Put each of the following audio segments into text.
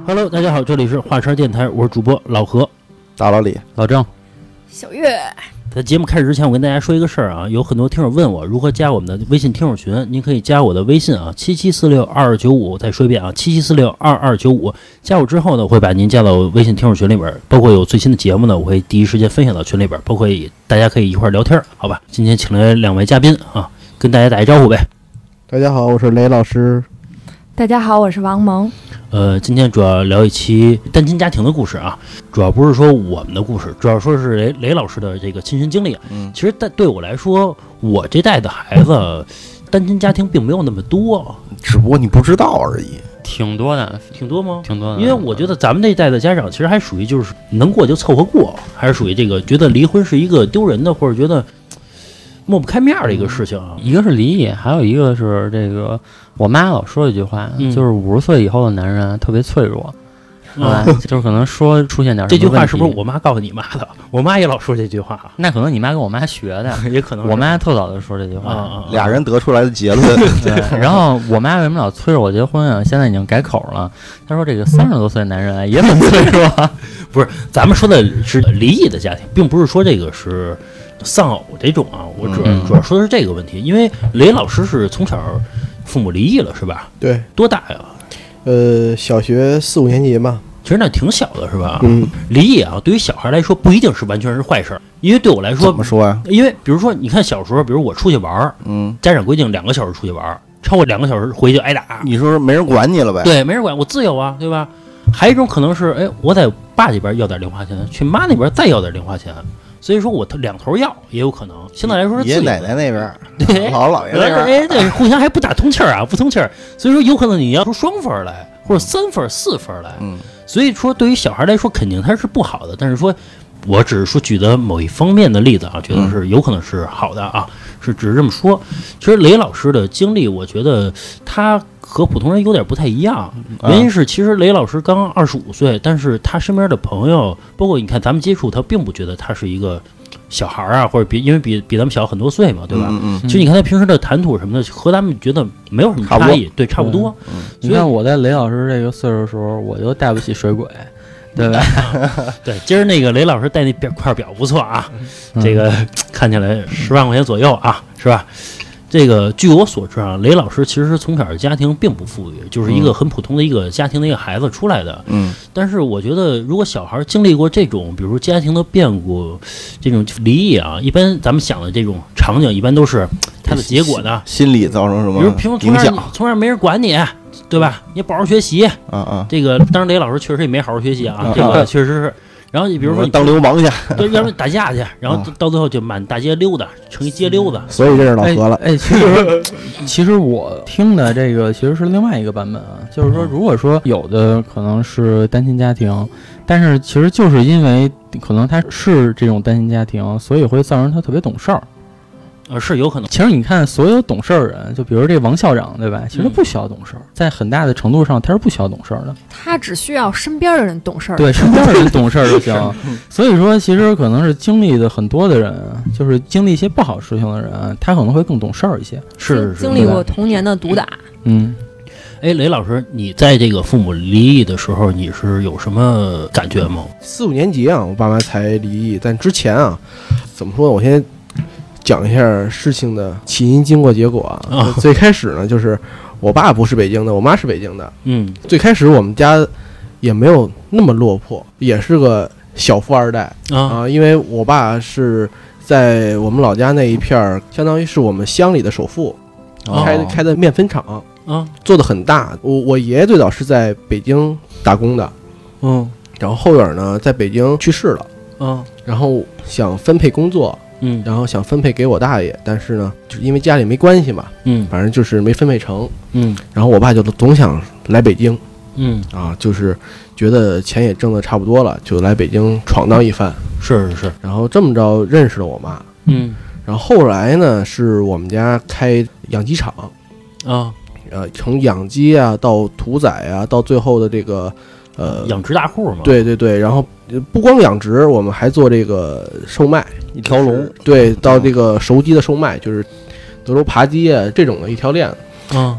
Hello， 大家好，这里是华山电台，我是主播老何、 大老李、 老郑、 小月。 在节目开始之前，我跟大家说一个事儿啊，有很多听友问我如何加我们的微信听友群，您可以加我的微信啊，77462295，再说一遍啊，77462295，加我之后呢，我会把您加到微信听友群里边，包括有最新的节目呢，我会第一时间分享到群里边，包括大家可以一块聊天，好吧？今天请来两位嘉宾啊，跟大家打一招呼呗。 大家好，我是雷老师。 大家好，我是王萌。 今天主要聊一期单亲家庭的故事啊，主要不是说我们的故事，主要说是雷老师的这个亲身经历。其实对我来说，我这代的孩子单亲家庭并没有那么多， 只不过你不知道而已。 挺多的， 挺多吗？ 挺多的。 因为我觉得咱们这一代的家长其实还属于就是能过就凑合过，还是属于这个觉得离婚是一个丢人的，或者觉得抹不开面的一个事情啊。 一个是离异，还有一个是这个，我妈老说一句话，就是50岁以后的男人特别脆弱，就是可能说出现点这句话是不是我妈告诉你妈的？我妈也老说这句话。 那可能你妈跟我妈学的， 也可能我妈特早就说这句话， 俩人得出来的结论。 对，然后我妈为什么老催着我结婚啊？现在已经改口了，她说这个30多岁男人也很脆弱。 不是，咱们说的是离异的家庭，并不是说这个是丧偶这种啊。我主要说的是这个问题，因为雷老师是从小父母离异了是吧？ 对， 多大呀？ 小学4、5年级嘛。 其实那挺小的是吧？离异啊，对于小孩来说不一定是完全是坏事，因为对我来说怎么说呀？ 因为比如说，你看小时候，比如我出去玩，家长规定2个小时出去玩，超过2个小时回去挨打。 你说没人管你了呗？ 对，没人管，我自由啊，对吧？还有一种可能是，我在爸这边要点零花钱，去妈那边再要点零花钱。所以说我两头要也有可能，相对来说是爷爷奶奶那边， 对， 姥姥姥爷那边， 对，互相还不打通气儿啊，不通气儿。所以说有可能你要出2分来，或者3分、4分来。所以说对于小孩来说肯定它是不好的，但是说我只是说举的某一方面的例子啊，觉得是有可能是好的啊，是只是这么说。其实雷老师的经历，我觉得他和普通人有点不太一样，原因是其实雷老师刚25岁，但是他身边的朋友，包括你看咱们接触他，并不觉得他是一个小孩啊，或者因为比咱们小很多岁嘛，对吧？其实你看他平时的谈吐什么的，和咱们觉得没有什么差异，对，差不多。 你看我在雷老师这个岁数的时候，我就带不起水鬼。对吧？ 对，今儿那个雷老师带那块表不错啊，这个看起来10万块钱左右啊，是吧？这个据我所知啊，雷老师其实从小家庭并不富裕，就是一个很普通的一个家庭的一个孩子出来的。但是我觉得，如果小孩经历过这种，比如说家庭的变故，这种离异啊，一般咱们想的这种场景，一般都是它的结果呢， 心理造成什么？ 比如平时从小没人管你。对吧？你不好好学习，这个当然雷老师确实也没好好学习啊，这个确实是。然后你比如说当流氓去， 对，要不然打架去，然后到最后就满大街溜达，成一街溜达。 所以这是老何了。 其实我听的这个其实是另外一个版本啊，就是说，如果说有的可能是单亲家庭，但是其实就是因为可能他是这种单亲家庭，所以会造成他特别懂事儿。 是有可能。 其实你看，所有懂事儿人，就比如这王校长，对吧？其实不需要懂事儿，在很大的程度上，他是不需要懂事儿的。 他只需要身边的人懂事儿。 对，身边的人懂事儿就行。所以说，其实可能是经历的很多的人，就是经历一些不好事情的人，他可能会更懂事儿一些。 是经历过童年的毒打。 雷老师，你在这个父母离异的时候，你是有什么感觉吗 ？4、5年级啊，我爸妈才离异，但之前啊，怎么说呢？我先讲一下事情的起因、经过、结果啊。最开始呢，就是我爸不是北京的，我妈是北京的。最开始我们家也没有那么落魄，也是个小富二代啊。因为我爸是在我们老家那一片，相当于是我们乡里的首富，开的面粉厂做的很大。我爷爷最早是在北京打工的，然后后院呢在北京去世了，然后想分配工作。然后想分配给我大爷，但是呢，就是因为家里没关系嘛，反正就是没分配成，然后我爸就总想来北京，就是觉得钱也挣得差不多了，就来北京闯荡一番， 是， 然后这么着认识了我妈，然后后来呢，是我们家开养鸡场，从养鸡啊到屠宰啊，到最后的这个养殖大户嘛， 对，然后不光养殖，我们还做这个售卖。 一条龙， 对，到这个熟鸡的售卖，就是德州扒鸡啊这种的一条链。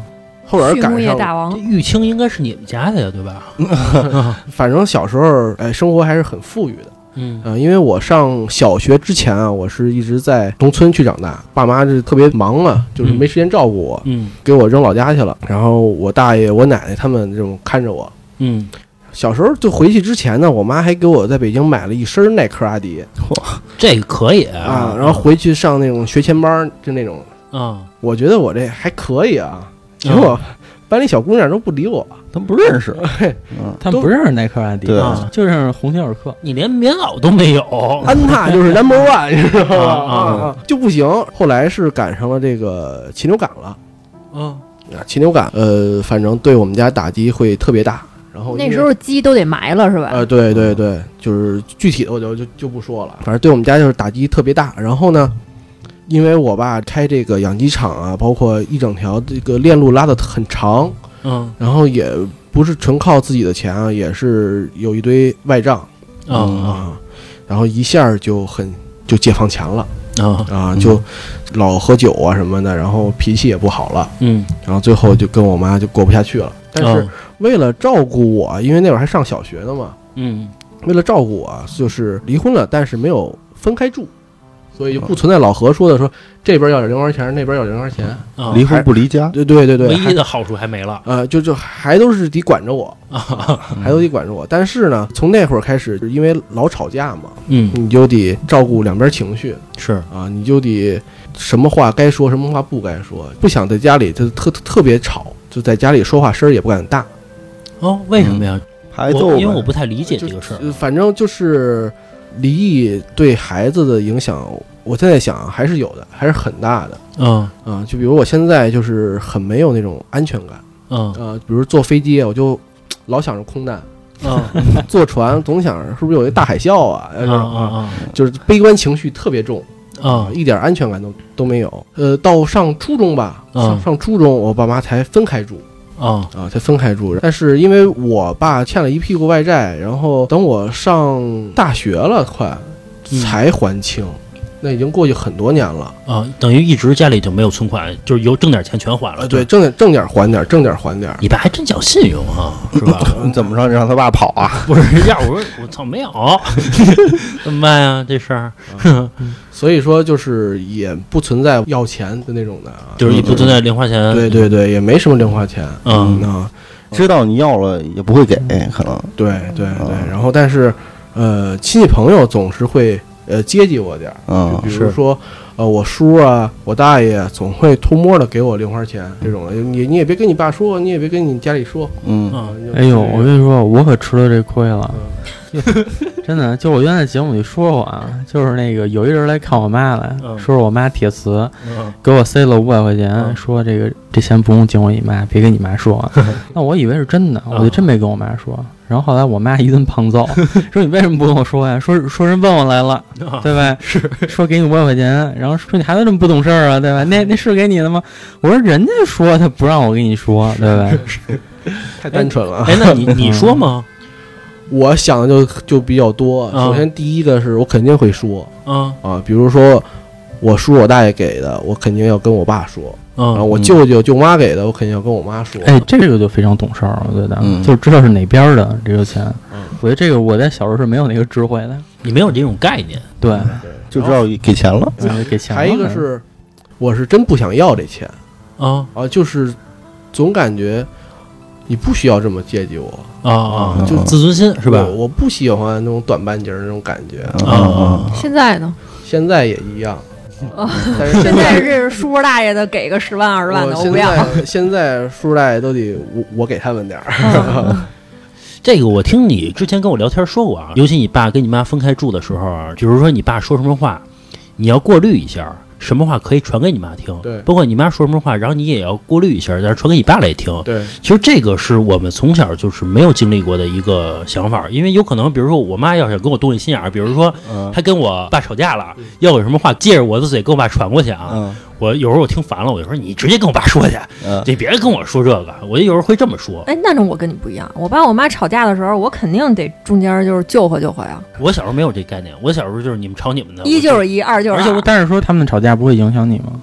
后边畜牧业赶上大王， 玉清应该是你们家的呀，对吧？ 反正小时候生活还是很富裕的。因为我上小学之前啊，我是一直在农村去长大，爸妈是特别忙啊，就是没时间照顾我，给我扔老家去了。然后我大爷、我奶奶他们这种看着我，小时候就回去之前呢，我妈还给我在北京买了一身耐克阿迪， 这个可以啊。 然后回去上那种学前班，就那种我觉得我这还可以啊，结果班里小姑娘都不理我， 他们不认识， 他们不认识耐克阿迪，就认识鸿星尔克。 你连棉袄都没有， 安踏就是 number one， 你知道吗？就不行。后来是赶上了这个禽流感了，禽流感，反正对我们家打击会特别大。然后那时候鸡都得埋了是吧？ 对对对，就是具体的我就不说了，反正对我们家就是打击特别大。然后呢，因为我爸开这个养鸡场啊，包括一整条这个链路拉得很长，然后也不是纯靠自己的钱啊，也是有一堆外账然后一下就解放前了就老喝酒啊什么的，然后脾气也不好了，然后最后就跟我妈就过不下去了。但是为了照顾我，因为那会儿还上小学呢嘛，为了照顾我，就是离婚了，但是没有分开住，所以就不存在老何说的说这边要点零花钱，那边要点零花钱， 离婚不离家。 对对对对， 唯一的好处还没了。 就还都是得管着我，还都得管着我。但是呢，从那会儿开始，因为老吵架嘛，你就得照顾两边情绪， 是你就得什么话该说，什么话不该说，不想在家里就特别吵，就在家里说话声也不敢大。 为什么呀？因为我不太理解这个事儿。 反正就是离异对孩子的影响，我现在想还是有的，还是很大的。就比如我现在就是很没有那种安全感。比如坐飞机，我就老想着空难。坐船总想着是不是有一大海啸啊？就是悲观情绪特别重。一点安全感都没有。到上初中吧，上初中我爸妈才分开住。才分开住。但是因为我爸欠了一屁股外债，然后等我上大学了快才还清，那已经过去很多年了等于一直家里就没有存款，就是有挣点钱全还了。 对，挣点还点，挣点还点。 你爸还真讲信用是吧？ 你怎么着让他爸跑啊？ 不是，要我操没有，怎么办呀？这事儿。 所以说就是也不存在要钱的那种的， 就是也不存在零花钱。 对对对，也没什么零花钱。 知道你要了也不会给，可能。 对对对，然后但是亲戚朋友总是会接济我点儿，比如说我叔啊，我大爷总会偷摸的给我零花钱这种的，你也别跟你爸说，你也别跟你家里说。 哎呦，我跟你说，我可吃了这亏了。真的，就我原来节目里说过啊，就是那个有一人来看我妈来，说是我妈铁瓷，给我塞了500块钱，说这钱不用经我你妈，别跟你妈说。那我以为是真的，我就真没跟我妈说。然后后来我妈一顿胖揍，说你为什么不跟我说呀？说人问我来了，对吧？是说给你500块钱，然后说你孩子这么不懂事儿啊，对吧？那是给你的吗？我说人家说他不让我跟你说，对吧？ 太单纯了。 那你说吗？ 我想的就比较多。首先第一个是我肯定会说比如说我叔我大爷给的，我肯定要跟我爸说。然后我舅妈给的，我肯定要跟我妈说。 这个就非常懂事儿，我觉得，就知道是哪边的这个钱。我觉得这个我在小时候是没有那个智慧的， 你没有这种概念， 对， 就知道给钱了， 给钱了。 还一个是，我是真不想要这钱就是总感觉你不需要这么接济我就自尊心是吧？ 我不喜欢那种短半截那种感觉现在呢？ 现在也一样。但是现在是叔叔大爷的给个10万20万的，我不要。 现在叔叔大爷都得我给他们点儿。 这个我听你之前跟我聊天说过啊，尤其你爸跟你妈分开住的时候啊，比如说你爸说什么话，你要过滤一下。什么话可以传给你妈听？ 对， 包括你妈说什么话，然后你也要过滤一下，然后传给你爸来听。 对， 其实这个是我们从小就是没有经历过的一个想法，因为有可能，比如说我妈要想跟我动一心眼儿，比如说她跟我爸吵架了，要有什么话借着我的嘴跟我爸传过去啊。我有时候我听烦了，我就说你直接跟我爸说去，你别跟我说这个。我有时候会这么说。 那我跟你不一样，我爸我妈吵架的时候，我肯定得中间就是救和呀。 我小时候没有这概念，我小时候就是你们吵你们的， 1就是1，2就是2。 而且但是说他们吵架不会影响你吗？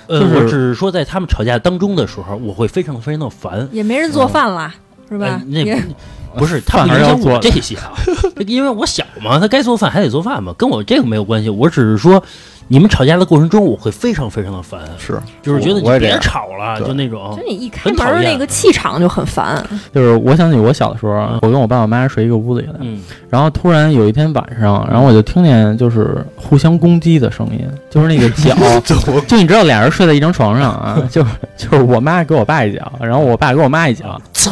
我只是说在他们吵架当中的时候，我会非常非常的烦， 也没人做饭了，是吧？ 那不是他不影响我这些啊，因为我小嘛，他该做饭还得做饭嘛，跟我这个没有关系。我只是说，你们吵架的过程中，我会非常非常的烦，就是觉得你别吵了，就那种。 就你一开门那个气场就很烦。 就是我想起我小的时候，我跟我爸我妈睡一个屋子里的，然后突然有一天晚上，然后我就听见就是互相攻击的声音，就是那个脚，就你知道俩人睡在一张床上啊，就是我妈给我爸一脚，然后我爸给我妈一脚，操，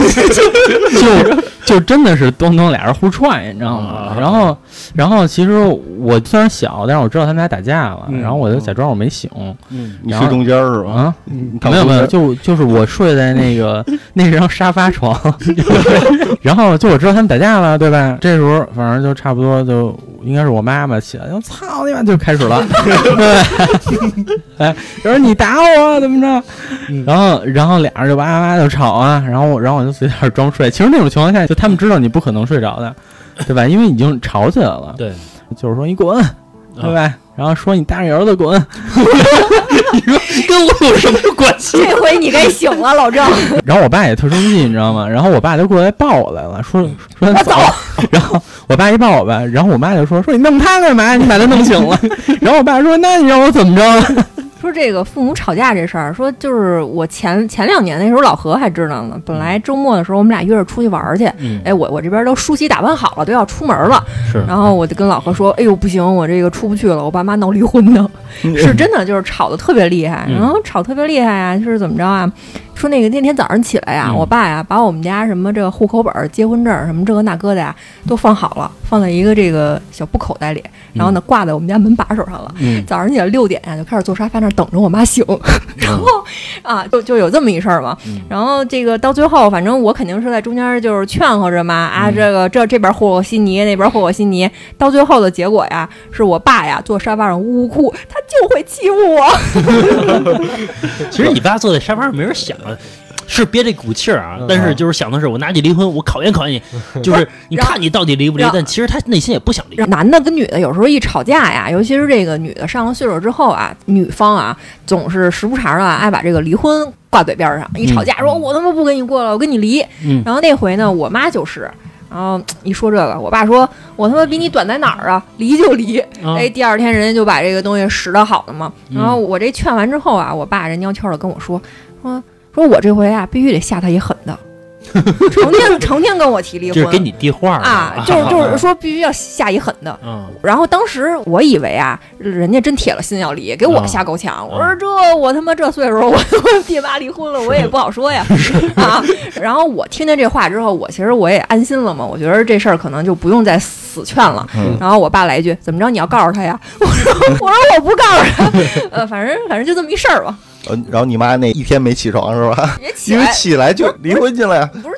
就真的是咚咚俩人互踹，你知道吗？然后其实我虽然小，但是我知道他们俩打架了，然后我就假装我没醒。 你睡中间是吧？ 啊，没有，就是我睡在那张沙发床，然后就我知道他们打架了，对吧？这时候反正就差不多就应该是我妈妈起来，我操你妈就开始了，对，哎，然后你打我怎么着？然后俩人就哇哇就吵啊，然后我就随便装睡。其实那种情况下，就他们知道你不可能睡着的，对吧？因为已经吵起来了。 对， 就是说你滚，对吧？然后说你大儿子滚， 你说跟我有什么关系？ 这回你该醒了，老郑。 然后我爸也特生气，你知道吗？然后我爸就过来抱我来了，说我走。然后我爸一抱我吧，然后我妈就说你弄他干嘛？你把他弄醒了。然后我爸说那你让我怎么着？ 说这个父母吵架这事儿，说就是我前2年那时候老何还知道呢。本来周末的时候我们俩约着出去玩去，哎，我这边都梳洗打扮好了，都要出门了。 是， 然后我就跟老何说，哎呦不行，我这个出不去了，我爸妈闹离婚呢。是真的，就是吵得特别厉害。然后吵特别厉害啊，就是怎么着啊？说那天早上起来呀，我爸呀把我们家什么这个户口本、结婚证什么这个那个的呀都放好了，放在一个这个小布口袋里，然后呢挂在我们家门把手上了。早上起来6点呀就开始坐沙发那儿等着我妈醒，然后啊就有这么一事儿嘛。然后这个到最后，反正我肯定是在中间就是劝和着嘛啊，这边和我稀泥，那边和我稀泥，到最后的结果呀是我爸呀坐沙发上呜呜哭，他就会欺负我。 其实你爸坐在沙发上没人想啊。是憋这股气儿啊，但是就是想的是我拿起离婚，我考验考验你，就是你看你到底离不离，但其实他内心也不想离。 男的跟女的有时候一吵架呀，尤其是这个女的上了岁数之后啊，女方啊总是时不常的爱把这个离婚挂嘴边上，一吵架说我他妈不跟你过了，我跟你离。然后那回呢，我妈就是。然后一说这个，我爸说我他妈比你短在哪儿啊，离就离。哎，第二天人家就把这个东西拾掇好了嘛。然后我这劝完之后啊，我爸人悄悄的跟我说我这回啊必须得下他一狠的，成天跟我提离婚， 就是给你递话啊，就是说必须要下一狠的。然后当时我以为啊，人家真铁了心要离，给我下够呛。我说我他妈这岁数，我爹妈离婚了，我也不好说呀啊。然后我听见这话之后，其实我也安心了嘛，我觉得这事儿可能就不用再死劝了。然后我爸来一句：“怎么着？你要告诉他呀？”我说我不告诉他，反正就这么一事儿吧。 然后你妈那一天没起床是吧？因为起来就离婚去了呀。 不是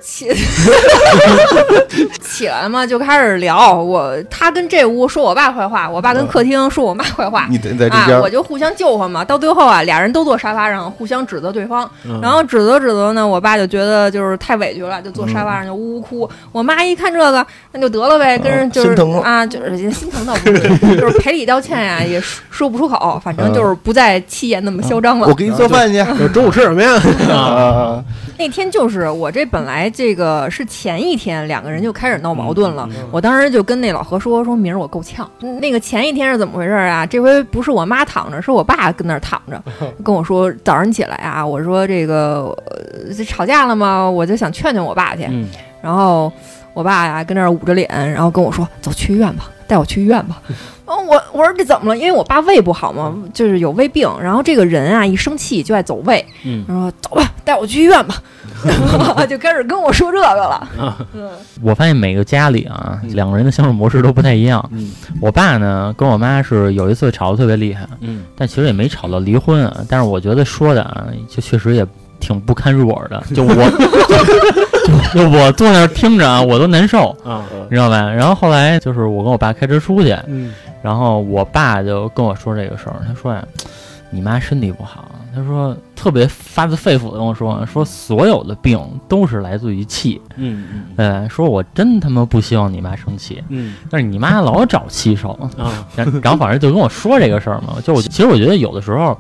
起来嘛，就开始聊他跟这屋说我爸坏话，我爸跟客厅说我妈坏话， 你在中间， 我就互相救活嘛。到最后啊，俩人都坐沙发上，互相指责对方，然后指责呢，我爸就觉得就是太委屈了，就坐沙发上就呜呜哭。我妈一看这个，那就得了呗，跟人就是啊，就是心疼倒不是，就是赔礼道歉呀，也说不出口，反正就是不再气焰那么嚣张了。 我给你做饭去， 中午吃什么呀？ 那天就是我这本来这个是前一天两个人就开始闹矛盾了，我当时就跟那老何说明儿我够呛。那个前一天是怎么回事啊？这回不是我妈躺着，是我爸跟那儿躺着，跟我说早上起来啊，我说这个吵架了吗？我就想劝劝我爸去，然后我爸呀跟那儿捂着脸，然后跟我说走去医院吧，带我去医院吧。我说这怎么了？因为我爸胃不好嘛，就是有胃病，然后这个人啊一生气就爱走胃，他说走吧，带我去医院吧，就开始跟我说这个了。 我发现每个家里啊，两个人的相处模式都不太一样。我爸呢跟我妈是有一次吵得特别厉害，但其实也没吵到离婚啊，但是我觉得说的啊，就确实也挺不堪入耳的，就我坐那儿听着啊，我都难受啊，你知道吧？然后后来就是我跟我爸开车出去，然后我爸就跟我说这个事儿，他说呀，你妈身体不好，他说特别发自肺腑的跟我说所有的病都是来自于气，说我真他妈不希望你妈生气，但是你妈老找气受啊，然后反正就跟我说这个事儿嘛，其实我觉得有的时候。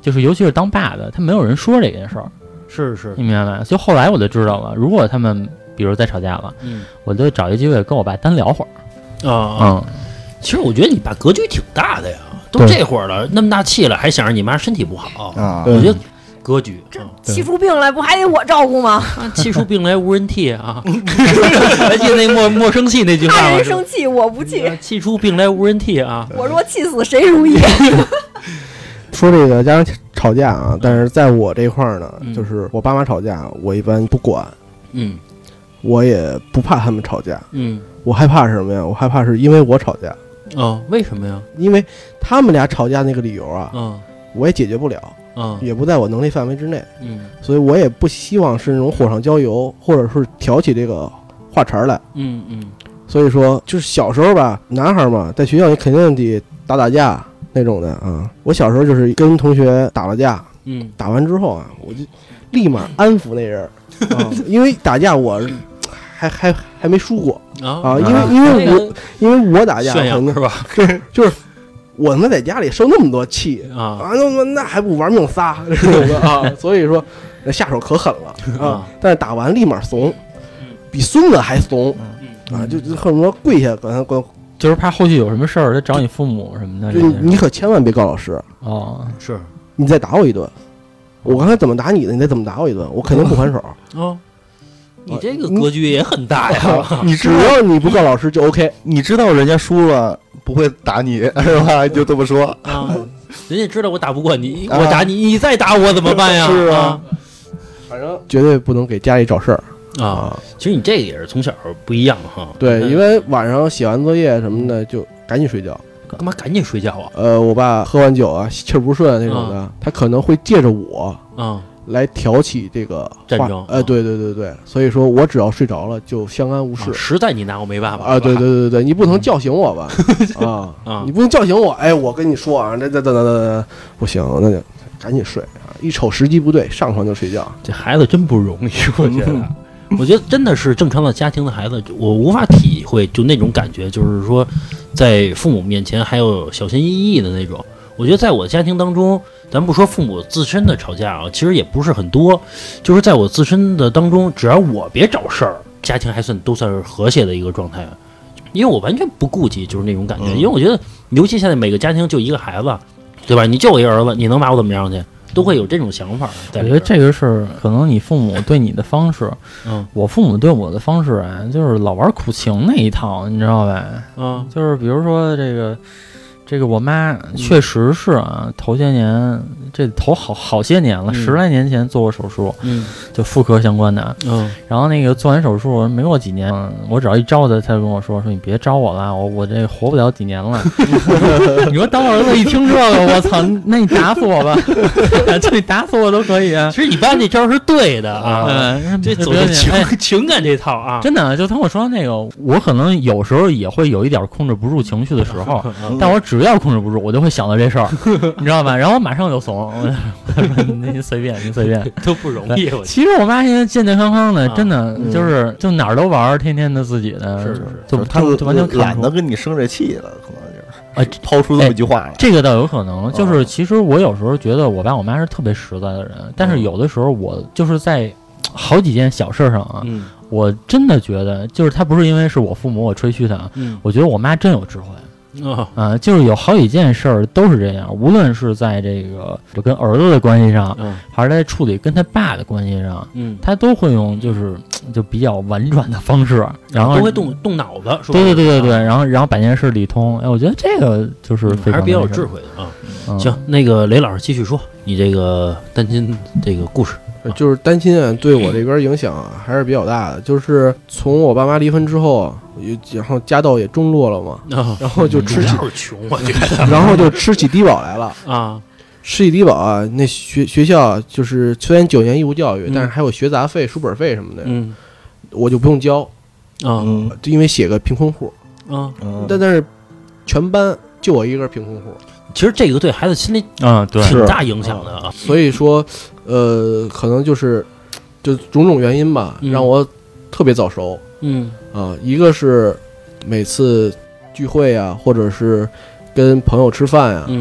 就是尤其是当爸的，他没有人说这件事儿， 是， 你明白吗？就后来我就知道了，如果他们比如再吵架了，我就找一机会跟我爸单聊会儿。 其实我觉得你爸格局挺大的呀，都这会儿了，那么大气了，还想着你妈身体不好啊？ 我觉得格局， 气出病来不还得我照顾吗？ 气出病来无人替啊！还记得那莫生气那句话吗？ 他人生气我不气， 气出病来无人替啊！ 我若气死谁如意？ 说这个家长吵架啊，但是在我这块儿呢，就是我爸妈吵架，我一般不管，我也不怕他们吵架，我害怕是什么呀？我害怕是因为我吵架。 为什么呀？ 因为他们俩吵架那个理由啊，我也解决不了，也不在我能力范围之内，所以我也不希望是那种火上浇油，或者是挑起这个话茬来，所以说就是小时候吧，男孩嘛，在学校你肯定得打架那种的啊。我小时候就是跟同学打了架，打完之后啊，我就立马安抚那人因为打架我还没输过啊，因为我打架炫耀是吧？ 就是我他妈在家里受那么多气那还不玩命撒这种的啊，所以说那下手可狠了啊，但是打完立马怂，比孙子还怂啊，就恨不得跪下管他管。 就是怕后续有什么事儿，他找你父母什么的。 你可千万别告老师是你再打我一顿，我刚才怎么打你的，你再怎么打我一顿，我肯定不还手你这个格局也很大呀！ 你只要你不告老师就 OK， 你知道人家输了不会打你是吧？就这么说人家知道我打不过你，我打你，你再打我怎么办呀？ 是啊， 反正绝对不能给家里找事儿其实你这个也是从小不一样哈。 对，因为晚上写完作业什么的就赶紧睡觉。 干嘛赶紧睡觉啊？ 我爸喝完酒啊，气儿不顺那种的，他可能会借着我来挑起这个战争。 对，所以说我只要睡着了就相安无事。 实在你拿我没办法啊！对，你不能叫醒我吧？你不能叫醒我。哎，我跟你说啊，这不行，那就赶紧睡啊！一瞅时机不对，上床就睡觉。 这孩子真不容易，我觉得真的是正常的家庭的孩子，我无法体会就那种感觉，就是说在父母面前还有小心翼翼的那种。我觉得在我的家庭当中，咱不说父母自身的吵架其实也不是很多，就是在我自身的当中，只要我别找事儿，家庭还都算是和谐的一个状态。因为我完全不顾及就是那种感觉，因为我觉得尤其现在每个家庭就一个孩子，对吧？你就我一儿子，你能把我怎么样去？都会有这种想法。 我觉得这个是可能你父母对你的方式，我父母对我的方式就是老玩苦情那一套，你知道吧？就是比如说这个我妈确实是头些年头好些年了，10来年前做过手术，就妇科相关的，然后那个做完手术没过几年，我只要一招他就跟我说你别招我了，我这活不了几年了。你说当儿子一听这个，我操，那你打死我吧，就你打死我都可以。 其实你爸那招是对的这走情感这套真的就听我说那个，我可能有时候也会有一点控制不住情绪的时候，但我只要控制不住，我就会想到这事儿，你知道吧？然后我马上就怂。我说您随便都不容易。 其实我妈现在健健康康的，真的就哪儿都玩，天天的自己的，就完全懒得跟你生这气了，可能就是抛出这么一句话了。 这个倒有可能，就是其实我有时候觉得我爸我妈是特别实在的人，但是有的时候我就是在好几件小事上我真的觉得就是他不是因为是我父母我吹嘘他我觉得我妈真有智慧。就是有好几件事儿都是这样，无论是在这个跟儿子的关系上，还是在处理跟他爸的关系上，他都会用就比较婉转的方式，然后都会动脑子， 对，然后把这件事理通。我觉得这个就是非常还是比较有智慧的行，那个雷老师继续说你这个单亲这个故事。 就是单亲对我这边影响还是比较大的，就是从我爸妈离婚之后然后家道也中落了嘛，然后就吃起穷，我觉得， 然后就吃起低保来了吃起低保那学校就是虽然9年义务教育，但是还有学杂费、书本费什么的，我就不用交因为写个贫困户但是全班就我一个贫困户。 其实这个对孩子心理挺大影响的所以说可能就种种原因吧，让我特别早熟。一个是每次聚会或者是跟朋友吃饭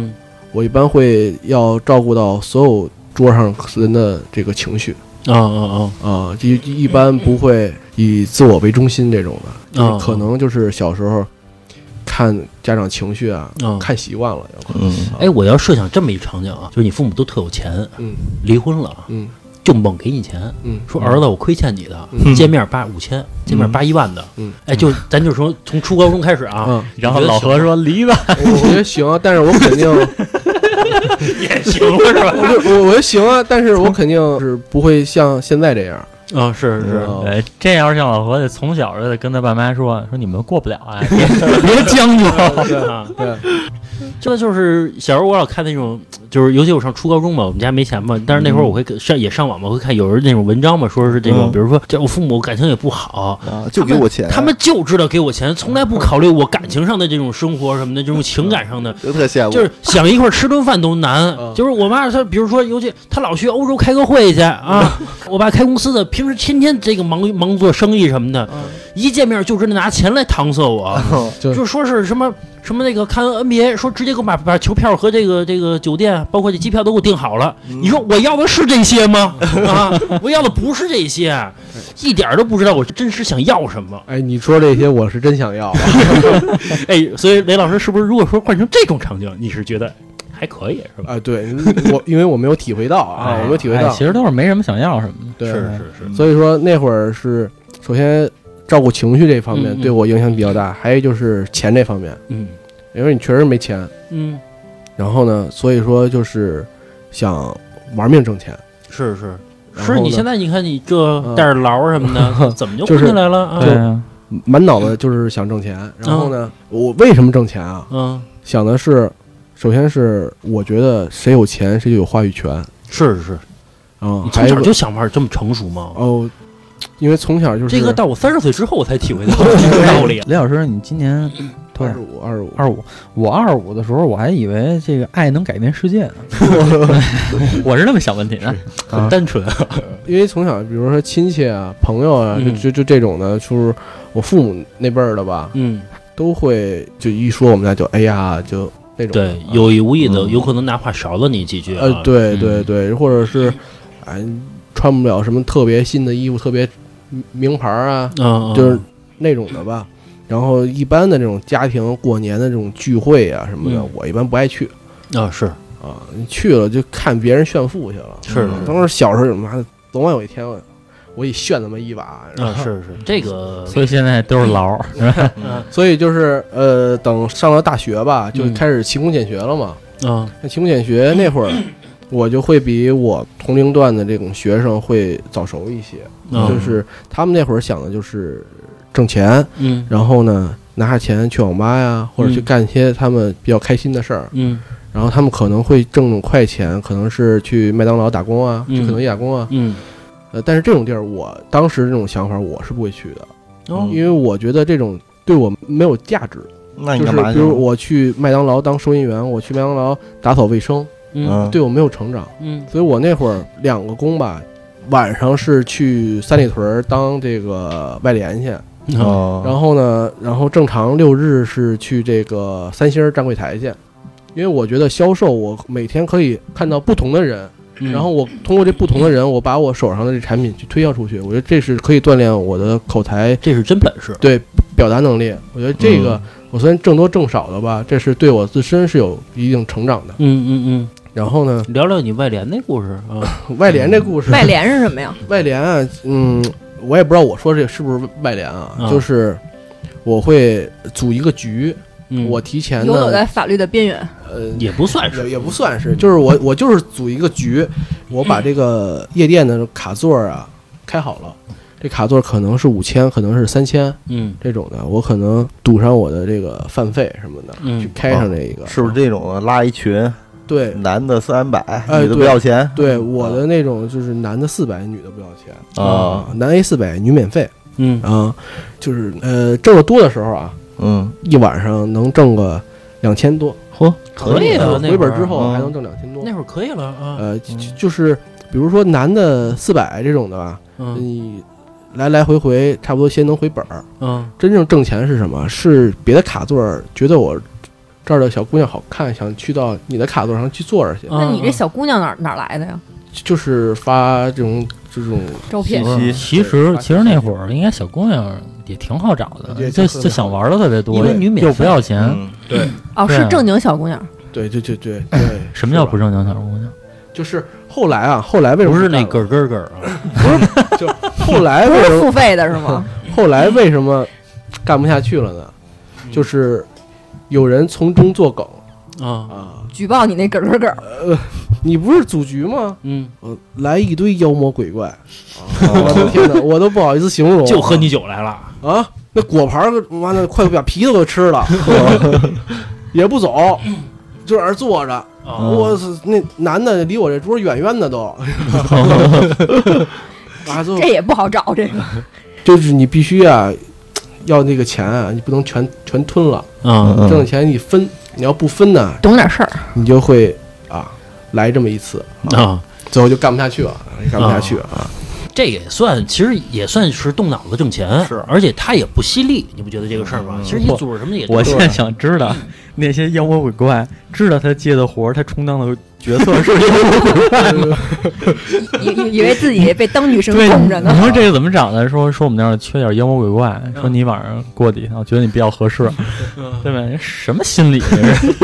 我一般会要照顾到所有桌上人的这个情绪就一般不会以自我为中心这种的，就是可能就是小时候看家长情绪看习惯了，有可能。 哎，我要设想这么一场景啊，就是你父母都特有钱，离婚了，就猛给你钱，说儿子我亏欠你的，见面5000，见面1万的，哎，就咱就说从初高中开始啊， 然后老何说离吧， 我觉得行，但是我肯定也行是吧？ 我觉得行啊，但是我肯定是不会像现在这样。 是， 这要是像老何，得从小就得跟他爸妈说你们过不了啊，别将就。 对， 这就是小时候我老看那种，就是尤其我上初高中嘛，我们家没钱嘛，但是那会儿我会上网嘛，会看有人那种文章嘛，说是这种，比如说我父母感情也不好就给我钱， 他们就知道给我钱，从来不考虑我感情上的这种生活什么的，这种情感上的， 就特羡慕， 就是想一块吃顿饭都难。就是我妈她，比如说，尤其她老去欧洲开个会去啊，我爸开公司的，平时天天这个忙做生意什么的，一见面就知道拿钱来搪塞我，就说是什么那个看 NBA， 说直接给我把球票和这个酒店，包括这机票都给我订好了。你说我要的是这些吗？我要的不是这些，一点都不知道我真实想要什么。 哎，你说这些我是真想要。 哎，所以雷老师是不是如果说换成这种场景，你是觉得还可以是吧？ 对，因为我没有体会到我没有体会到， 其实都是没什么想要什么的。 对， 是。 所以说那会儿是首先照顾情绪这方面对我影响比较大，还有就是钱这方面，因为你确实没钱，然后呢，所以说就是想玩命挣钱， 是你现在你看你这带着劳什么的，怎么就混起来了对啊，满脑子就是想挣钱。然后呢，我为什么挣钱啊？想的是，首先是我觉得谁有钱谁就有话语权。 是你从小就想法这么成熟吗？ 因为从小就是这个到我30岁之后我才体会到这个道理。 雷老师，你今年25，我25的时候我还以为这个爱能改变世界呢，我是那么想问题的， 很单纯。 因为从小比如说亲戚啊、朋友啊，就这种的，就是我父母那辈儿的吧，都会就一说我们家就哎呀就那种， 对，有意无意的，有可能哪怕少了你几句对，或者是穿不了什么特别新的衣服，特别名牌啊，就是那种的吧。然后一般的这种家庭过年的这种聚会啊什么的，我一般不爱去。你去了就看别人炫富去了。 是， 当时小时候妈的，总有一天我也炫那么一把。 是这个， 所以现在都是劳。 所以就是等上了大学吧，就开始勤工俭学了嘛。那勤工俭学那会儿。我就会比我同龄段的这种学生会早熟一些，就是他们那会儿想的就是挣钱，然后呢拿下钱去网吧呀，或者去干一些他们比较开心的事儿，然后他们可能会挣种快钱，可能是去麦当劳打工啊，去肯德基打工啊，但是这种地儿我当时这种想法我是不会去的，因为我觉得这种对我没有价值。 那你干嘛？ 就是比如我去麦当劳当收银员，我去麦当劳打扫卫生。对我没有成长，所以我那会儿2个工吧，晚上是去三里屯当这个外联去，然后呢，正常6日是去这个3星站柜台去，因为我觉得销售我每天可以看到不同的人，然后我通过这不同的人，我把我手上的这产品去推销出去，我觉得这是可以锻炼我的口才， 这是真本事， 对表达能力，我觉得这个我虽然挣多挣少的吧，这是对我自身是有一定成长的。然后呢， 聊聊你外联那故事啊。 外联这故事， 外联是什么呀？ 外联啊，我也不知道我说这是不是外联啊，就是我会组一个局，我提前游走在法律的边缘， 也不算是， 也不算是，就是我就是组一个局，我把这个夜店的卡座啊开好了。这卡座可能是5000，可能是3000，这种的，我可能赌上我的这个饭费什么的，去开上这一个， 是不是这种的拉一群？ 对， 男的300，女的不要钱。 对，我的那种就是男的400，女的不要钱啊，男 A 400，女免费。就是挣得多的时候啊，一晚上能挣个2000多， 可以了。 回本之后还能挣2000多， 那会儿可以了啊。 就是比如说男的400这种的吧，你来回差不多先能回本儿。真正挣钱是什么？是别的卡座觉得我这儿的小姑娘好看，想去到你的卡座上去坐着去。 那你这小姑娘哪来的呀？ 就是发这种照片。 其实那会儿应该小姑娘也挺好找的，就想玩的特别多， 因为女免又不要钱。 对， 哦，是正经小姑娘。 对。 什么叫不正经小姑娘？ 就是后来为什么不是那咯啊？ 不是，就后来不是付费的是吗？ 后来为什么干不下去了呢？就是有人从中作梗举报你那咯。 你不是组局吗？来一堆妖魔鬼怪，我的天哪，我都不好意思形容。 就喝你酒来了啊！那果盘完了，快把皮都给吃了，也不走，就在那儿坐着。我那男的离我这桌远远的都， 这也不好找。这个就是你必须要那个钱你不能全吞了。挣的钱你分，你要不分呢， 懂点事儿， 你就会来这么一次最后就干不下去了， 这其实也算是动脑子挣钱， 是， 而且他也不犀利，你不觉得这个事儿吗？其实你组织什么也。 我现在想知道那些妖魔鬼怪知道他接的活，他充当的角色是妖魔鬼怪吗？ 以为自己被当女生供着呢。 你说这个怎么找的？说我们那儿缺点妖魔鬼怪，说你晚上过去，我觉得你比较合适，对吧？什么心理？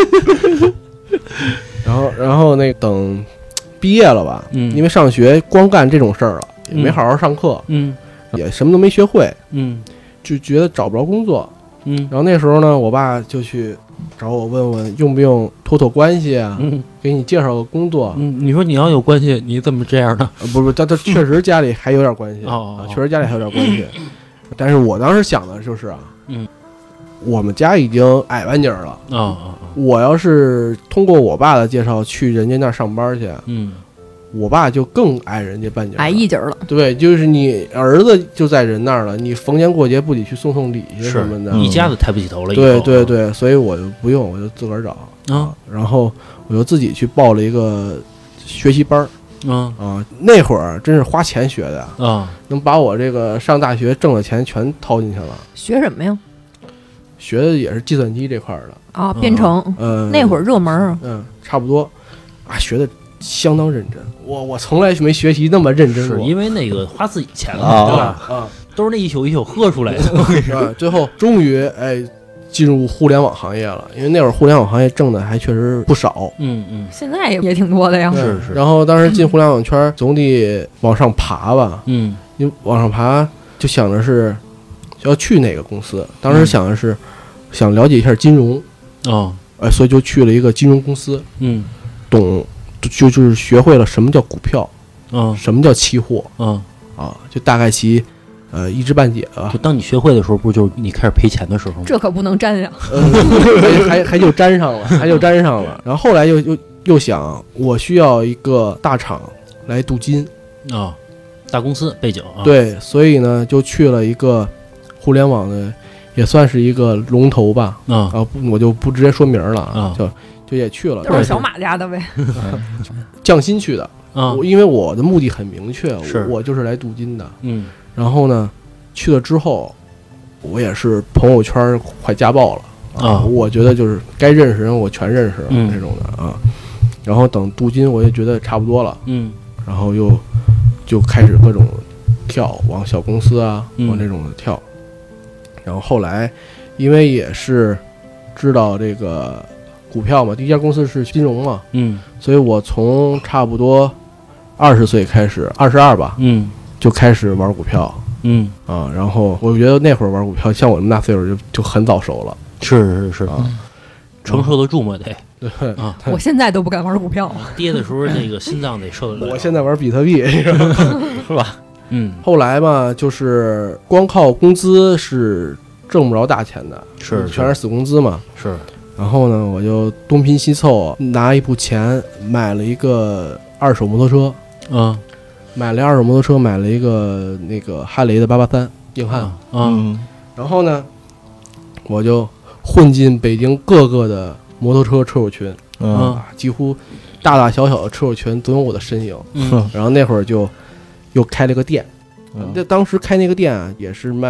然后那等毕业了吧，因为上学光干这种事儿了，也没好好上课，也什么都没学会，就觉得找不着工作，然后那时候呢，我爸就去找我问问用不用托关系啊，给你介绍个工作。 你说你要有关系，你怎么这样呢？ 不，他确实家里还有点关系确实家里还有点关系。但是我当时想的就是我们家已经矮半截了我要是通过我爸的介绍去人家那儿上班去，我爸就更矮人家半截， 矮一截了。 对，就是你儿子就在人那儿了，你逢年过节不得去送礼什么的， 一家子抬不起头了。 对，所以我就不用，我就自个儿找然后我就自己去报了一个学习班那会儿真是花钱学的能把我这个上大学挣的钱全掏进去了。 学什么呀？ 学的也是计算机这块的编程。那会儿热门差不多学的相当认真。我从来没学习那么认真过， 是因为那个花自己钱了，对吧？都是那一宿一宿喝出来的。 最后终于进入互联网行业了，因为那会儿互联网行业挣的还确实不少。 现在也挺多的呀。 是。 然后当时进互联网圈，总得往上爬吧。你往上爬就想的是要去哪个公司，当时想的是想了解一下金融所以就去了一个金融公司。懂。就是学会了什么叫股票，什么叫期货，就大概其一知半解吧。 就当你学会的时候，不就是你开始赔钱的时候吗？ 这可不能沾呀！ 还就沾上了，然后后来又想，我需要一个大厂来镀金大公司背景对，所以呢就去了一个互联网的，也算是一个龙头吧我就不直接说名了就也去了， 都是小马家的呗， 降薪去的因为我的目的很明确，我就是来镀金的。然后呢，去了之后，我也是朋友圈快家暴了我觉得就是该认识人我全认识了这种的然后等镀金，我也觉得差不多了然后就开始各种跳，往小公司往这种的跳。然后后来，因为也是知道这个股票嘛，第一家公司是金融嘛，所以我从差不多20岁开始，22吧，就开始玩股票，然后我觉得那会儿玩股票，像我那么大岁数就很早熟了， 是承受得住吗？得对我现在都不敢玩股票， 跌的时候那个心脏得受得了。 我现在玩比特币， 是吧？后来嘛，就是光靠工资是挣不着大钱的，全是死工资嘛， 是。 然后呢，我就东拼西凑，拿一部钱买了一个二手摩托车，买了二手摩托车，买了一个那个哈雷的883硬汉，然后呢，我就混进北京各个的摩托车车友群，几乎大大小小的车友群都有我的身影，然后那会儿就又开了个店，当时开那个店也是卖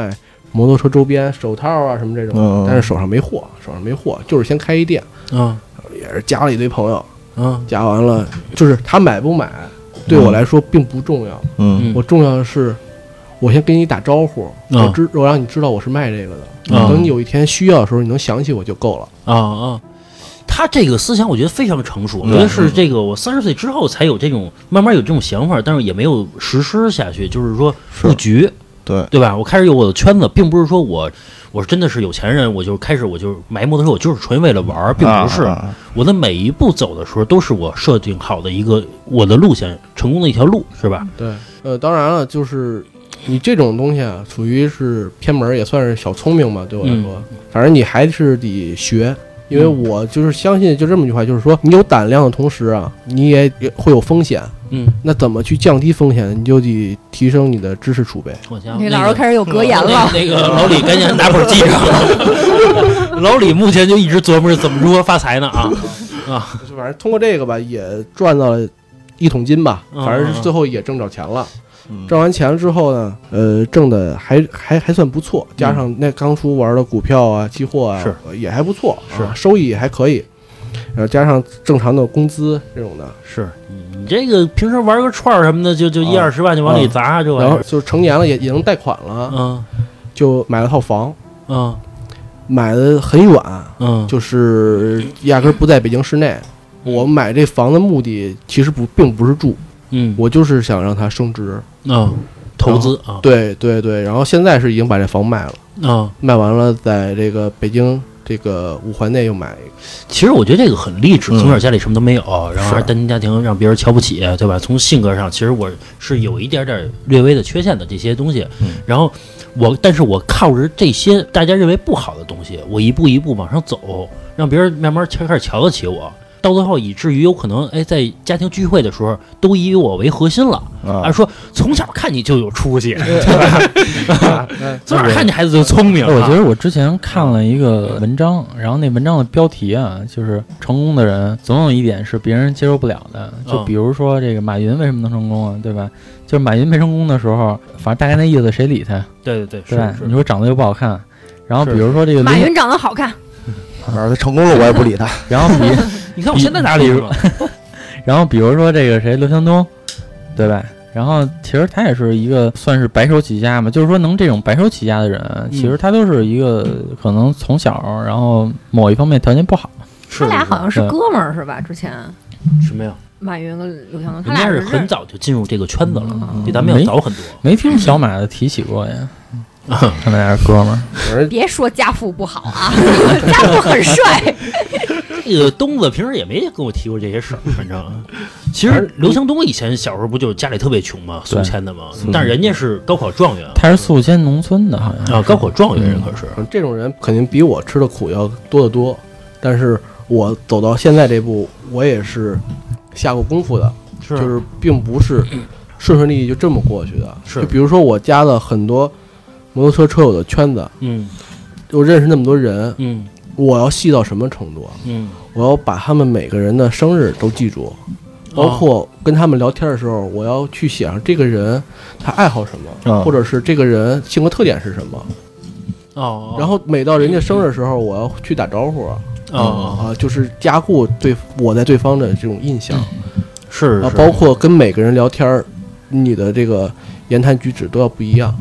摩托车周边手套啊什么这种，但是手上没货，就是先开一店，也是加了一堆朋友，加完了就是他买不买对我来说并不重要，我重要的是我先跟你打招呼，我让你知道我是卖这个的，等你有一天需要的时候你能想起我就够了。 他这个思想我觉得非常成熟，我觉得是这个我30岁之后才有这种慢慢有这种想法，但是也没有实施下去，就是说布局，对吧？我开始有我的圈子，并不是说我真的是有钱人，我就买摩托车，我就是纯为了玩，并不是。我的每一步走的时候都是我设定好的一个我的路线，成功的一条路，是吧？ 对，当然了，就是你这种东西啊，属于是偏门，也算是小聪明嘛，对我来说，反正你还是得学。因为我就是相信就这么一句话，就是说你有胆量的同时啊，你也会有风险。那怎么去降低风险？你就得提升你的知识储备。 你老师开始有格言了。 那个老李赶紧拿本记上。老李目前就一直琢磨着怎么如何发财呢啊！ 反正通过这个吧，也赚到了1桶金吧，反正最后也挣着钱了。挣完钱了之后呢，挣的还算不错，加上那刚出玩的股票啊、期货啊，也还不错，收益也还可以，加上正常的工资这种的， 是你这个平时玩个串什么的，就1-20万就往里砸，这然后就成年了也能贷款了，就买了套房，买的很远，就是压根不在北京市内。我买这房的目的其实并不是住。我就是想让它升值， 投资啊， 对，然后现在是已经把这房卖了，卖完了，在这个北京这个5环内又买一个。 其实我觉得这个很励志，从小家里什么都没有，然后还是单亲家庭，让别人瞧不起，对吧？从性格上，其实我是有一点略微的缺陷的这些东西，然后但是我靠着这些大家认为不好的东西，我一步一步往上走，让别人慢慢开始瞧得起我。到最后以至于有可能在家庭聚会的时候都以我为核心了说从小看你就有出息，从小看你孩子就聪明。 我觉得我之前看了一个文章，然后那文章的标题啊，就是成功的人总有一点是别人接受不了的，就比如说这个马云为什么能成功啊，对吧？就是马云没成功的时候，反正大概那意思，谁理他？ 对， 你说长得又不好看，然后比如说这个马云长得好看， 他成功了我也不理他。 然后你看我现在哪里了？ 然后比如说这个谁刘强东，对吧？然后其实他也是一个算是白手起家嘛，就是说能这种白手起家的人，其实他都是一个可能从小然后某一方面条件不好。 他俩好像是哥们儿是吧？之前什么呀？ 马云跟刘强东， 他俩是很早就进入这个圈子了，比咱们要早很多。 没听小马的提起过呀。他们俩是哥们儿。 别说家父不好啊，家父很帅。 这个东子平时也没跟我提过这些事儿，反正。其实刘强东以前小时候不就家里特别穷吗？宿迁的吗？但是人家是高考状元， 他是宿迁农村的，好像高考状元人可是。 这种人肯定比我吃的苦要多得多，但是我走到现在这步，我也是下过功夫的，就是并不是顺顺利利就这么过去的。就比如说我加了很多摩托车车友的圈子，我认识那么多人，我要细到什么程度啊？我要把他们每个人的生日都记住，包括跟他们聊天的时候，我要去想这个人他爱好什么，或者是这个人性格特点是什么。然后每到人家生日的时候，我要去打招呼就是加固我在对方的这种印象， 是包括跟每个人聊天，你的这个言谈举止都要不一样。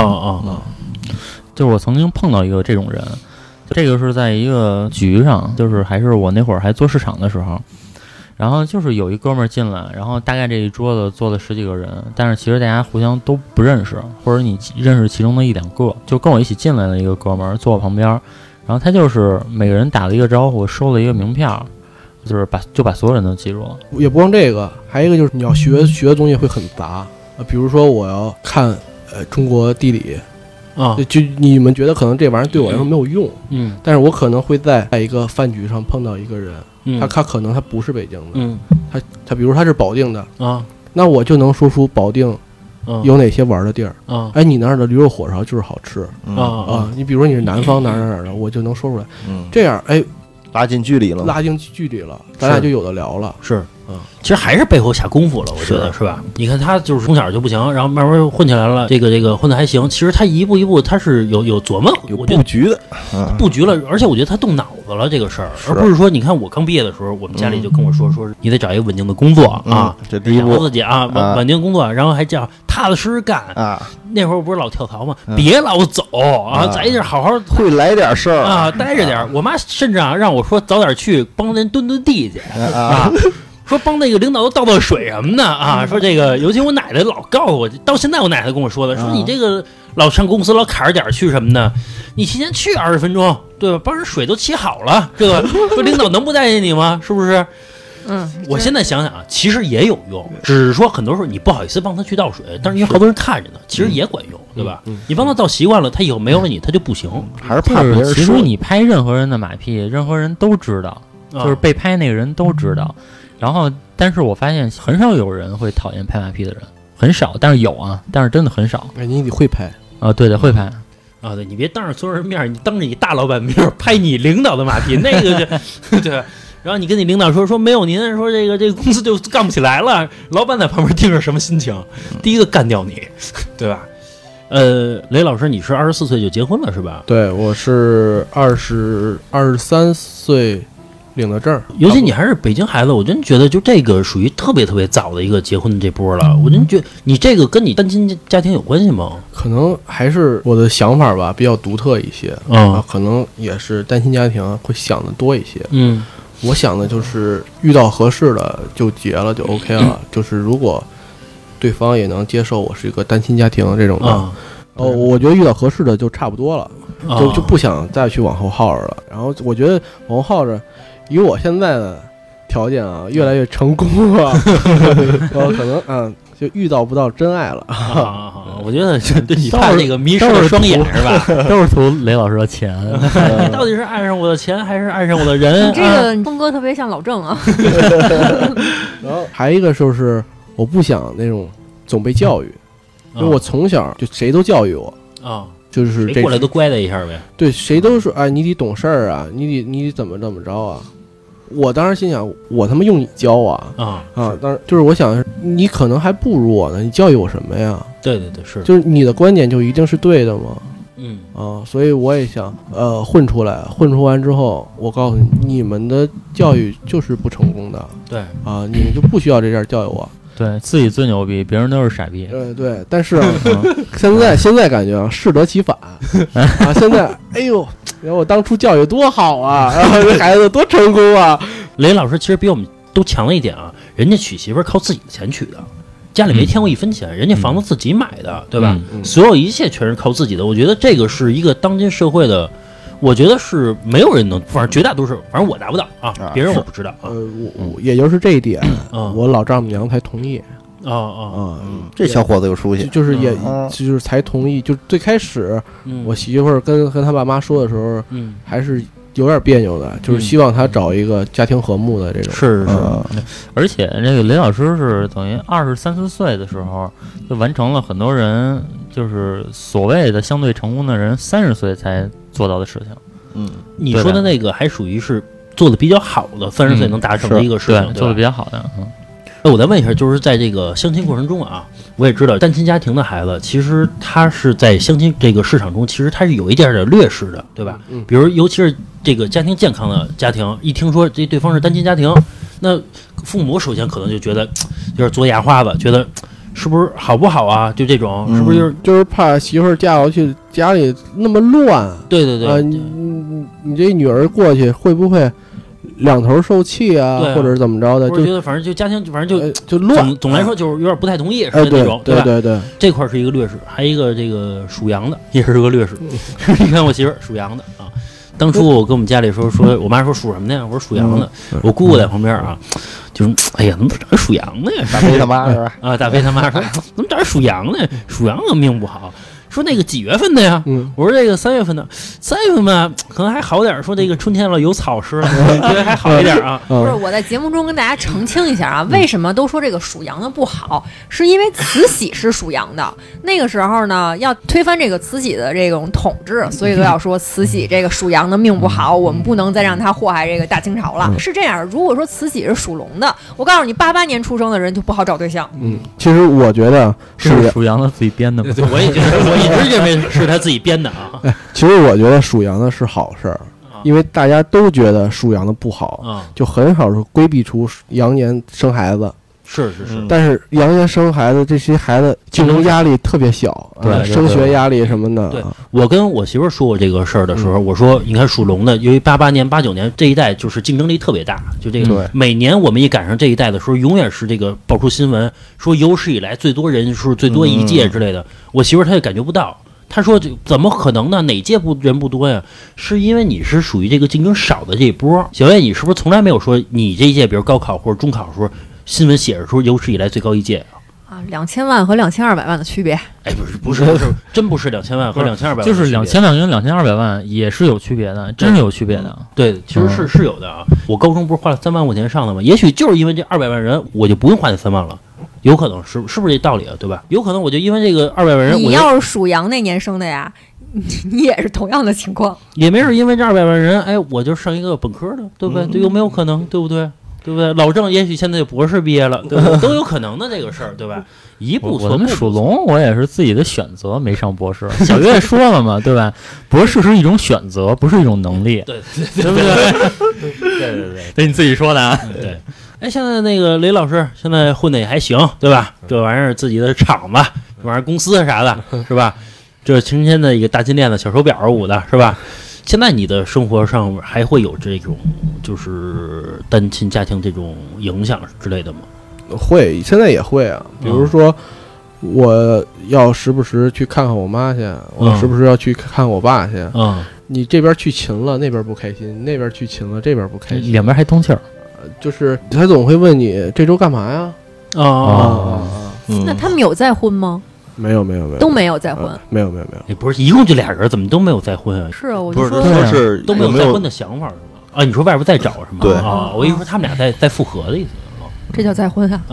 就是我曾经碰到一个这种人，这个是在一个局上，就是还是我那会儿还做市场的时候，然后就是有一哥们儿进来，然后大概这一桌子坐了10几个人，但是其实大家互相都不认识，或者你认识其中的1-2个，就跟我一起进来的一个哥们儿坐我旁边，然后他就是每个人打了一个招呼，收了一个名片，就是把所有人都记住了。 也不光这个，还有一个就是你要学的东西会很杂，比如说我要看中国地理。就你们觉得可能这玩意儿对我来说没有用，但是我可能会在一个饭局上碰到一个人，他可能他不是北京的，他比如他是保定的那我就能说出保定有哪些玩的地儿你那儿的驴肉火烧就是好吃你比如说你是南方哪儿的，我就能说出来，这样拉近距离了，咱俩就有的聊了， 是其实还是背后下功夫了，我觉得是吧？你看他就是从小就不行，然后慢慢混起来了，这个混的还行。其实他一步一步他是有琢磨， 有我觉得布局的， 布局了，而且我觉得他动脑子了这个事儿，而不是说你看我刚毕业的时候，我们家里就跟我说你得找一个稳定的工作啊， 这第一步自己啊稳定工作，然后还叫踏踏实实干啊。 那会儿不是老跳槽吗？别老走啊，在一地儿好好会来点事儿啊，待着点。我妈甚至让我说早点去帮人蹲地去啊。说帮那个领导都倒水什么的啊，说这个，尤其我奶奶老告诉我，到现在我奶奶跟我说的，说你这个老上公司老卡着点去什么的，你提前去20分钟，对吧？帮人水都沏好了，这个说领导能不待见你吗？是不是？我现在想想啊，其实也有用，只是说很多时候你不好意思帮他去倒水，但是因为好多人看着呢，其实也管用，对吧？你帮他倒习惯了，他以后没有了你，他就不行， 还是怕别人说。 其实你拍任何人的马屁，任何人都知道，就是被拍那个人都知道。然后，但是我发现很少有人会讨厌拍马屁的人，很少，但是有啊，但是真的很少。 哎，你得会拍啊，对的，会拍啊，对，你别当着所有人面，你当着你大老板面拍你领导的马屁，那个就对。然后你跟你领导说没有您，说这个公司就干不起来了，老板在旁边听着什么心情？第一个干掉你，对吧？雷老师，你是24岁就结婚了是吧？ 对，我是23岁。领的证， 尤其你还是北京孩子，我真觉得就这个属于特别特别早的一个结婚的这波了。我真觉得你这个跟你单亲家庭有关系吗？ 可能还是我的想法吧，比较独特一些可能也是单亲家庭会想的多一些。我想的就是遇到合适的就结了就 OK 了，就是如果对方也能接受我是一个单亲家庭这种的，我觉得遇到合适的就差不多了，就不想再去往后耗着了。然后我觉得往后耗着。以我现在的条件啊，越来越成功了，我可能就遇到不到真爱了。 我觉得对你怕这个迷失了双眼是吧？ 都是图雷老师的钱。 你到底是爱上我的钱，还是爱上我的人？ 你这个风格特别像老郑啊。 然后还一个就是我不想那种总被教育，因为我从小就谁都教育我啊。就是谁过来都乖的一下呗， 对，谁都说你得懂事儿啊，你得怎么着啊。我当时心想，我他妈用你教当然就是我想你可能还不如我呢，你教育我什么呀？ 对，是， 就是你的观点就一定是对的吗？所以我也想混出来，混出完之后，我告诉你，你们的教育就是不成功的，对你们就不需要这样教育我。 对自己最牛逼，别人都是傻逼。 对，但是现在感觉适得其反现在哎呦，我当初教育多好啊，然后这孩子多成功啊！ 雷老师其实比我们都强了一点啊，人家娶媳妇儿靠自己的钱娶的，家里没添过一分钱，人家房子自己买的，对吧？所有一切全是靠自己的。我觉得这个是一个当今社会的。我觉得是没有人能，反正绝大多数，反正我达不到别人我不知道我也就是这一点，我老丈母娘才同意这小伙子有出息， 就是就是才同意。就最开始，我媳妇儿跟他爸妈说的时候，还是有点别扭的，就是希望他找一个家庭和睦的这种。 是， 而且这个雷老师是等于23、24岁的时候就完成了很多人就是所谓的相对成功的人30岁才做到的事情。 你说的那个还属于是做的比较好的30岁能达成的一个事情， 做的比较好的。 我再问一下，就是在这个相亲过程中啊，我也知道单亲家庭的孩子，其实他是在相亲这个市场中，其实他是有一点点劣势的，对吧？比如尤其是这个家庭健康的家庭，一听说这对方是单亲家庭，那父母首先可能就觉得有点嘬牙花子，觉得是不是好不好啊？就这种，是不是就是怕媳妇儿嫁过去家里那么乱？ 对你这女儿过去会不会两头受气啊，或者是怎么着的？ 我觉得反正就家庭，反正就乱。 总来说就是有点不太同意似的那种， 对吧？ 对，这块是一个劣势，还有一个这个属羊的也是个劣势。你看我媳妇儿属羊的啊，当初我跟我们家里说，我妈说属什么的呀？我说属羊的。我姑姑在旁边啊，就是哎呀，怎么找人属羊的呀？ 大飞他妈是吧？ 大飞他妈说怎么找人属羊的？属羊的命不好。 说那个几月份的呀？我说这个3月份的，3月份吧，可能还好点。说这个春天了有草吃了，觉得还好一点啊。 不是，我在节目中跟大家澄清一下啊，为什么都说这个属羊的不好，是因为慈禧是属羊的，那个时候呢要推翻这个慈禧的这种统治，所以都要说慈禧这个属羊的命不好，我们不能再让她祸害这个大清朝了。是这样，如果说慈禧是属龙的，我告诉你，88年出生的人就不好找对象。 其实我觉得是属羊的自己编的吗？ 对，我也觉得，我一直认为是他自己编的啊。 其实我觉得属羊的是好事儿，因为大家都觉得属羊的不好，就很少说规避出羊年生孩子。 是， 但是羊年生孩子，这些孩子竞争压力特别小， 对， 升学压力什么的。 对，我跟我媳妇说过这个事儿的时候，我说，你看属龙的，由于88年、89年这一代就是竞争力特别大，就这个每年我们一赶上这一代的时候，永远是这个爆出新闻说有史以来最多人数、最多一届之类的。我媳妇她就感觉不到。他说：“怎么可能呢？哪届人不多呀？是因为你是属于这个竞争少的这一波。小月，你是不是从来没有说你这一届，比如高考或者中考的时候，新闻写着说有史以来最高一届啊？2000万和2200万的区别？ 哎，不是，真不是2000万和2200万， 就是2000万跟2200万也是有区别的，真是有区别的。 对，其实是有的啊。我高中不是花了3万块钱上的吗？也许就是因为这200万人，我就不用花那3万了。”有可能是不是这道理啊？对吧？有可能我就因为这个200万人， 你要是属羊那年生的呀，你也是同样的情况， 也没准因为这200万人，哎，我就上一个本科的，对不对？这有没有可能？对不对？对不对？老郑也许现在就博士毕业了，对不对？都有可能的这个事儿，对吧？一步错。 我们属龙，我也是自己的选择，没上博士。小月说了嘛，对吧？博士是一种选择，不是一种能力， 对不对？ 对，你自己说的啊。 对。哎，现在那个雷老师现在混的也还行，对吧？这玩意儿自己的厂子，这玩意儿公司啥的，是吧？这成天的一个大金链子、小手表捂的，是吧？现在你的生活上还会有这种就是单亲家庭这种影响之类的吗？ 会，现在也会啊。比如说，我要时不时去看看我妈去，我时不时要去看我爸去。你这边去勤了，那边不开心；那边去勤了，这边不开心， 两边还通气儿。 就是他总会问你这周干嘛呀？ 那他们有再婚吗？ 没有， 都没有再婚。 没有。 你不是一共就俩人，怎么都没有再婚啊？ 是啊，我就说是都没有再婚的想法是吗？啊，你说外边再找是吗？ 对啊，我以为说他们俩再复合的意思。 这叫再婚啊？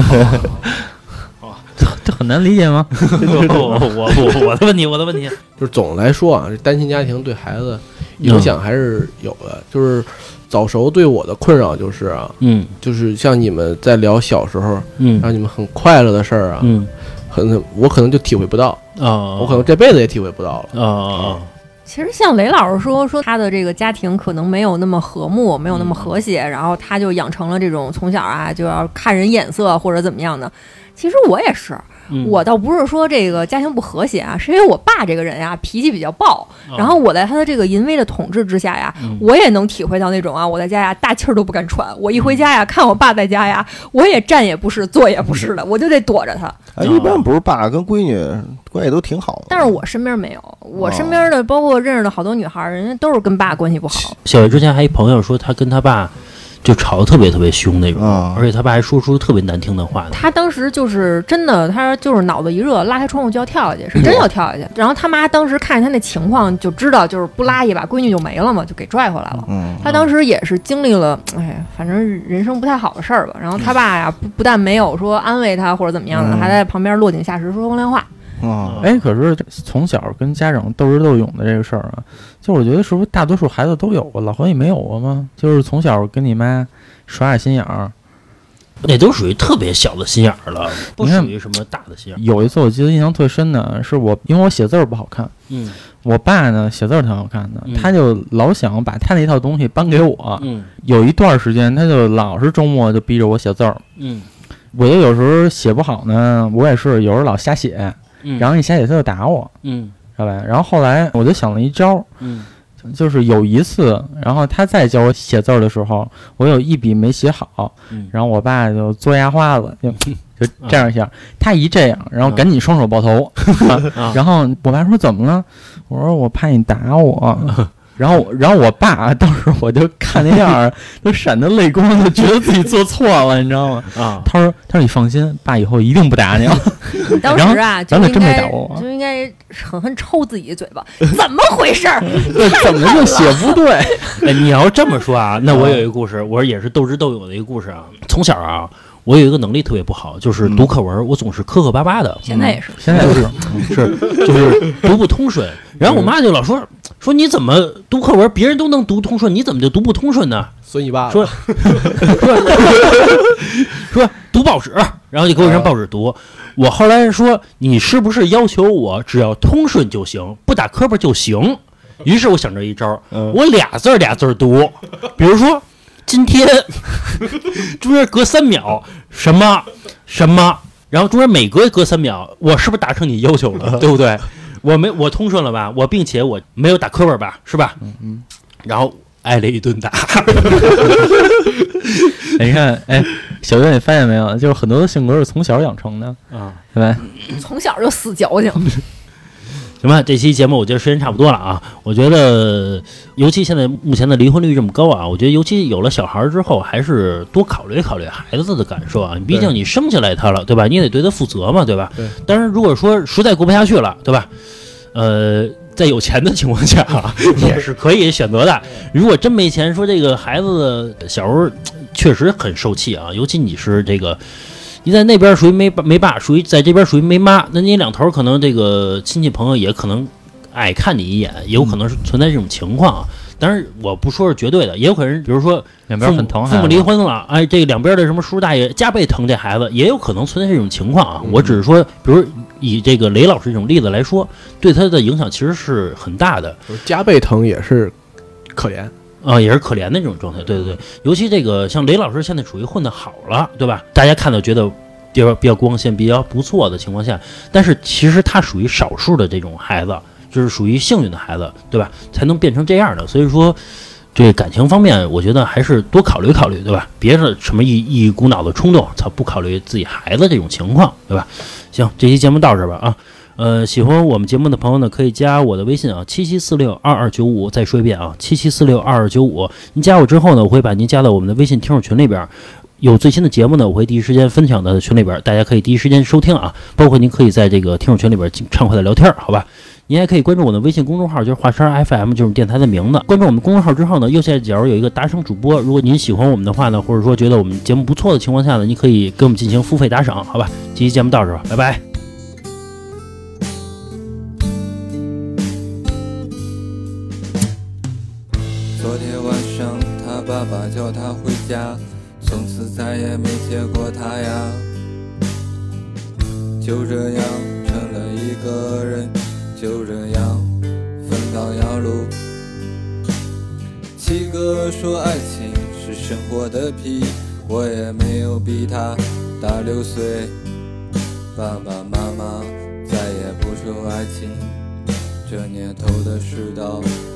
这很难理解吗？ 我的问题， 就是总的来说啊，单亲家庭对孩子影响还是有的。就是早熟对我的困扰就是啊，就是像你们在聊小时候，让你们很快乐的事儿啊，我可能就体会不到啊，我可能这辈子也体会不到了啊。 其实像雷老师说他的这个家庭可能没有那么和睦，没有那么和谐，然后他就养成了这种从小啊就要看人眼色或者怎么样的。其实我也是，我倒不是说这个家庭不和谐啊，是因为我爸这个人呀脾气比较暴，然后我在他的这个淫威的统治之下呀，我也能体会到那种啊，我在家呀大气儿都不敢喘，我一回家呀看我爸在家呀，我也站也不是坐也不是的，我就得躲着他。 一般不是爸跟闺女关系都挺好的， 但是我身边没有，我身边的包括认识的好多女孩，人家都是跟爸关系不好。 小月之前还一朋友说他跟他爸就吵得特别特别凶那种，而且他爸还说出特别难听的话。他当时就是真的，他就是脑子一热，拉开窗户就要跳下去，是真要跳下去。然后他妈当时看见他那情况，就知道就是不拉一把，闺女就没了嘛，就给拽回来了。他当时也是经历了，反正人生不太好的事儿吧。然后他爸呀，不但没有说安慰他或者怎么样的，还在旁边落井下石说风凉话。 可是从小跟家长斗智斗勇的这个事儿啊，就我觉得是不是大多数孩子都有过？老何也没有过吗？就是从小跟你妈耍点心眼儿， 那都属于特别小的心眼儿了，不属于什么大的心眼儿。 有一次我记得印象特深的是因为我写字儿不好看，我爸呢写字儿挺好看的，他就老想把他那套东西搬给我，有一段时间他就老是周末就逼着我写字儿，我就有时候写不好呢，我也是有时候老瞎写。然后一瞎写他就打我，知道吧？然后后来我就想了一招，就是有一次，然后他再教我写字的时候，我有一笔没写好，然后我爸就嘬牙花子，就这样一下，他一这样，然后赶紧双手抱头，然后我爸说怎么了？我说我怕你打我， 然后我爸当时我就看那样都闪着泪光，就觉得自己做错了，你知道吗？ 啊， 他说你放心，爸以后一定不打你了。 当时啊，就真没打我， 就应该狠狠抽自己嘴巴，怎么回事？ 怎么就写不对？ 哎，你要这么说啊，那我有一个故事，我也是斗智斗勇的一个故事啊。从小啊，我有一个能力特别不好，就是读课文，我总是磕磕巴巴的。 现在也是， 现在就是读不通顺。然后我妈就老说你怎么读课文，别人都能读通顺，你怎么就读不通顺呢？ 孙你爸说读报纸，然后就给我一张报纸读。我后来说，你是不是要求我只要通顺就行，不打磕巴就行？于是我想着一招，我俩字读，比如说今天中间隔3秒什么什么，然后中间每隔3秒，我是不是达成你要求了，对不对？我通顺了吧？我并且我没有打磕巴吧，是吧？然后挨了一顿打。 你看，哎，小月，你发现没有？就是很多的性格是从小养成的啊， 对吧？ 从小就死矫情。 行吧，这期节目我觉得时间差不多了啊。我觉得，尤其现在目前的离婚率这么高啊，我觉得尤其有了小孩之后，还是多考虑考虑孩子的感受啊。毕竟你生下来他了，对吧？你也得对他负责嘛，对吧？ 对。 当然，如果说实在过不下去了，对吧？在有钱的情况下啊，也是可以选择的。如果真没钱，说这个孩子的小时候确实很受气啊，尤其你是这个。你在那边属于没爸，属于在这边属于没妈，那你两头可能这个亲戚朋友也可能爱看你一眼，也有可能是存在这种情况啊。当然我不说是绝对的，也有可能比如说两边很疼父母离婚了，哎，这两边的什么叔叔大爷加倍疼这孩子，也有可能存在这种情况啊。我只是说，比如以这个雷老师这种例子来说，对他的影响其实是很大的， 就是加倍疼也是可怜。 也是可怜的这种状态，对对对，尤其这个像雷老师现在属于混得好了，对吧？大家看到觉得比较光鲜、比较不错的情况下，但是其实他属于少数的这种孩子，就是属于幸运的孩子，对吧？才能变成这样的。所以说，这感情方面，我觉得还是多考虑考虑，对吧？别是什么一股脑的冲动，不考虑自己孩子这种情况，对吧？行，这期节目到这儿吧啊。喜欢我们节目的朋友呢，可以加我的微信啊，77462295。再说一遍啊，77462295。您加我之后呢，我会把您加到我们的微信听众群里边。有最新的节目呢，我会第一时间分享到群里边，大家可以第一时间收听啊。包括您可以在这个听众群里边畅快的聊天，好吧？您还可以关注我的微信公众号，就是华山 FM， 就是电台的名字。关注我们公众号之后呢，右下角有一个打赏主播，如果您喜欢我们的话呢，或者说觉得我们节目不错的情况下呢，您可以给我们进行付费打赏，好吧？这期节目到这儿吧，拜拜。 昨天晚上他爸爸叫他回家，从此再也没见过他呀。就这样成了一个人，就这样分道扬镳。七哥说爱情是生活的皮，我也没有比他大6岁。爸爸妈妈再也不说爱情，这年头的世道